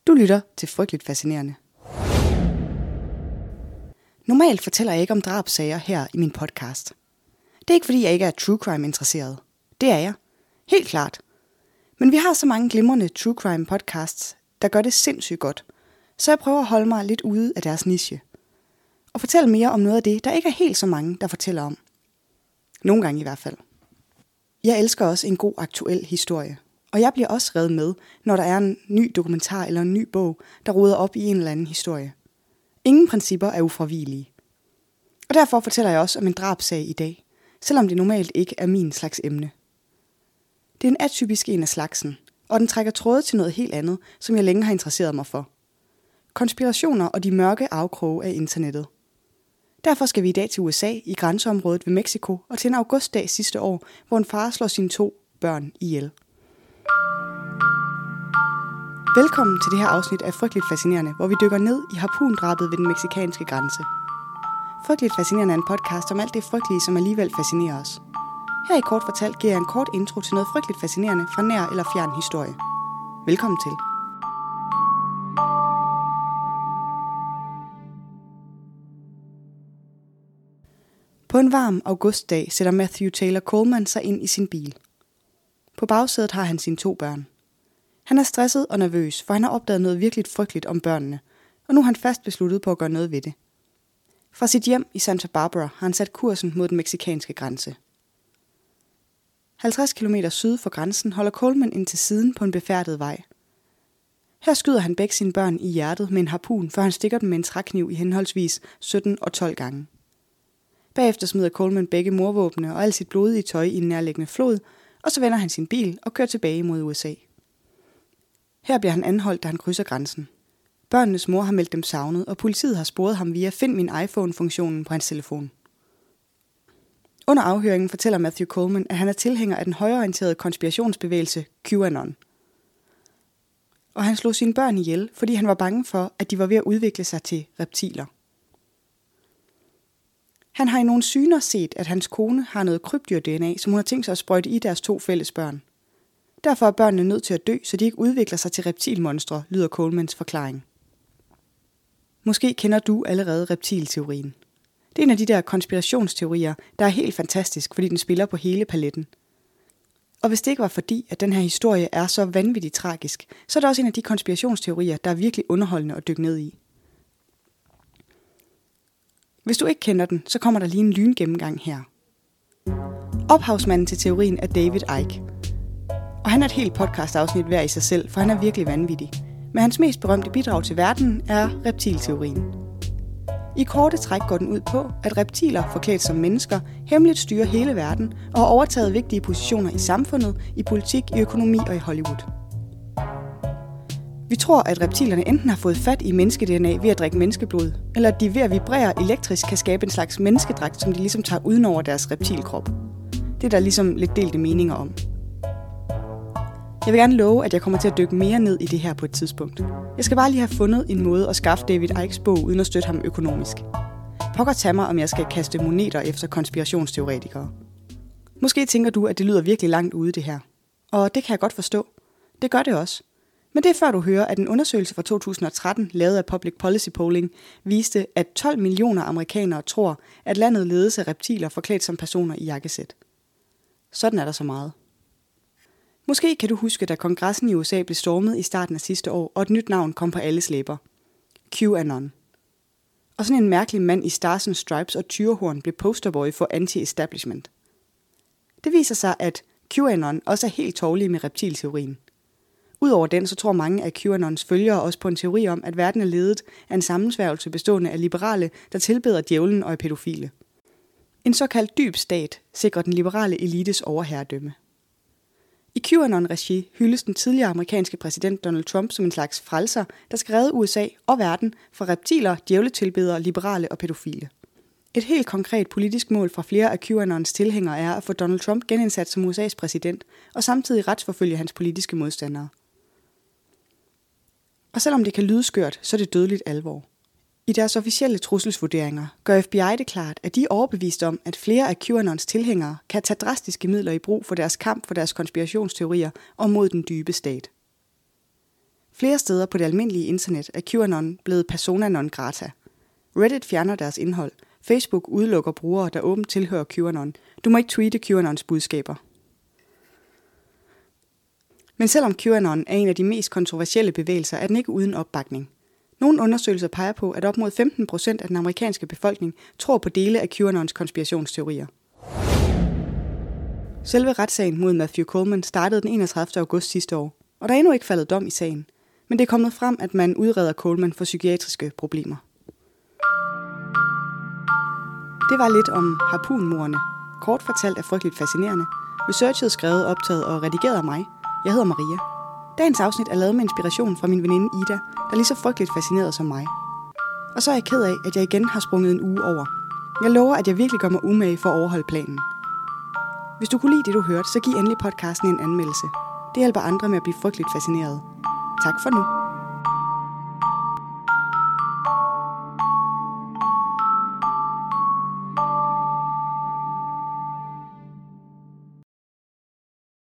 Du lytter til Frygteligt Fascinerende. Normalt fortæller jeg ikke om drabssager her i min podcast. Det er ikke fordi jeg ikke er true crime interesseret. Det er jeg. Helt klart. Men vi har så mange glimrende true crime podcasts, der gør det sindssygt godt. Så jeg prøver at holde mig lidt ude af deres niche. Og fortælle mere om noget af det, der ikke er helt så mange, der fortæller om. Nogle gange i hvert fald. Jeg elsker også en god aktuel historie. Og jeg bliver også revet med, når der er en ny dokumentar eller en ny bog, der roder op i en eller anden historie. Ingen principper er ufravigelige. Og derfor fortæller jeg også om en drabssag i dag, selvom det normalt ikke er min slags emne. Det er en atypisk en af slagsen, og den trækker tråde til noget helt andet, som jeg længe har interesseret mig for. Konspirationer og de mørke afkroge af internettet. Derfor skal vi i dag til USA i grænseområdet ved Mexico og til en augustdag sidste år, hvor en far slår sine 2 børn ihjel. Velkommen til det her afsnit af Frygteligt Fascinerende, hvor vi dykker ned i harpundrabet ved den mexikanske grænse. Frygteligt Fascinerende er en podcast om alt det frygtelige, som alligevel fascinerer os. Her i Kort Fortalt giver jeg en kort intro til noget frygteligt fascinerende fra nær eller fjern historie. Velkommen til. På en varm augustdag sætter Matthew Taylor Coleman sig ind i sin bil. På bagsædet har han sine 2 børn. Han er stresset og nervøs, for han har opdaget noget virkelig frygteligt om børnene, og nu er han fast besluttet på at gøre noget ved det. Fra sit hjem i Santa Barbara har han sat kursen mod den mexikanske grænse. 50 km syd for grænsen holder Coleman ind til siden på en befærdet vej. Her skyder han begge sine børn i hjertet med en harpun, før han stikker dem med en trækniv i henholdsvis 17 og 12 gange. Bagefter smider Coleman begge mordvåbne og alt sit blodige tøj i en nærliggende flod, og så vender han sin bil og kører tilbage mod USA. Her bliver han anholdt, da han krydser grænsen. Børnenes mor har meldt dem savnet, og politiet har sporet ham via Find min iPhone-funktionen på hans telefon. Under afhøringen fortæller Matthew Coleman, at han er tilhænger af den højreorienterede konspirationsbevægelse QAnon. Og han slog sine børn ihjel, fordi han var bange for, at de var ved at udvikle sig til reptiler. Han har i nogle syner set, at hans kone har noget krybdyr-DNA, som hun har tænkt sig at sprøjte i deres 2 fælles børn. Derfor er børnene nødt til at dø, så de ikke udvikler sig til reptilmonstre, lyder Colemans forklaring. Måske kender du allerede reptilteorien. Det er en af de der konspirationsteorier, der er helt fantastisk, fordi den spiller på hele paletten. Og hvis det ikke var fordi, at den her historie er så vanvittigt tragisk, så er det også en af de konspirationsteorier, der er virkelig underholdende at dykke ned i. Hvis du ikke kender den, så kommer der lige en lyngennemgang her. Ophavsmanden til teorien er David Icke. Og han er et helt podcast-afsnit hver i sig selv, for han er virkelig vanvittig. Men hans mest berømte bidrag til verdenen er reptilteorien. I korte træk går den ud på, at reptiler forklædt som mennesker hemmeligt styrer hele verden og har overtaget vigtige positioner i samfundet, i politik, i økonomi og i Hollywood. Vi tror, at reptilerne enten har fået fat i menneske-DNA ved at drikke menneskeblod, eller at de ved at vibrere elektrisk kan skabe en slags menneskedragt, som de ligesom tager uden over deres reptilkrop. Det er der ligesom lidt delte meninger om. Jeg vil gerne love, at jeg kommer til at dykke mere ned i det her på et tidspunkt. Jeg skal bare lige have fundet en måde at skaffe David Ickes bog, uden at støtte ham økonomisk. Pokker tage mig, om jeg skal kaste moneter efter konspirationsteoretikere. Måske tænker du, at det lyder virkelig langt ude det her. Og det kan jeg godt forstå. Det gør det også. Men det er før du hører, at en undersøgelse fra 2013, lavet af Public Policy Polling, viste, at 12 millioner amerikanere tror, at landet ledes af reptiler forklædt som personer i jakkesæt. Sådan er der så meget. Måske kan du huske, da kongressen i USA blev stormet i starten af sidste år, og et nyt navn kom på alles læber. QAnon. Og sådan en mærkelig mand i Stars and Stripes og tyrehorn blev posterboy for anti-establishment. Det viser sig, at QAnon også er helt tårlig med reptilteorien. Udover den, så tror mange af QAnons følgere også på en teori om, at verden er ledet af en sammensværgelse bestående af liberale, der tilbeder djævlen og er pædofile. En såkaldt dyb stat sikrer den liberale elites overherredømme. I QAnon-regi hyldes den tidligere amerikanske præsident Donald Trump som en slags frelser, der skal redde USA og verden fra reptiler, djævletilbedere, liberale og pædofile. Et helt konkret politisk mål fra flere af QAnons tilhængere er at få Donald Trump genindsat som USA's præsident, og samtidig retsforfølge hans politiske modstandere. Og selvom det kan lyde skørt, så er det dødeligt alvor. I deres officielle trusselsvurderinger gør FBI det klart, at de er overbevist om, at flere af QAnons tilhængere kan tage drastiske midler i brug for deres kamp for deres konspirationsteorier og mod den dybe stat. Flere steder på det almindelige internet er QAnon blevet persona non grata. Reddit fjerner deres indhold. Facebook udelukker brugere, der åbent tilhører QAnon. Du må ikke tweete QAnons budskaber. Men selvom QAnon er en af de mest kontroversielle bevægelser, er den ikke uden opbakning. Nogle undersøgelser peger på, at op mod 15% af den amerikanske befolkning tror på dele af QAnons konspirationsteorier. Selve retssagen mod Matthew Coleman startede den 31. august sidste år, og der er endnu ikke faldet dom i sagen. Men det er kommet frem, at man udreder Coleman for psykiatriske problemer. Det var lidt om harpunmordene. Kort fortalt er frygteligt fascinerende. Researchet skrevet, optaget og redigeret af mig. Jeg hedder Maria. Dagens afsnit er lavet med inspiration fra min veninde Ida, der er lige så frygteligt fascineret som mig. Og så er jeg ked af, at jeg igen har sprunget en uge over. Jeg lover, at jeg virkelig gør mig umage for at overholde planen. Hvis du kunne lide det, du hørte, så giv endelig podcasten en anmeldelse. Det hjælper andre med at blive frygteligt fascineret. Tak for nu.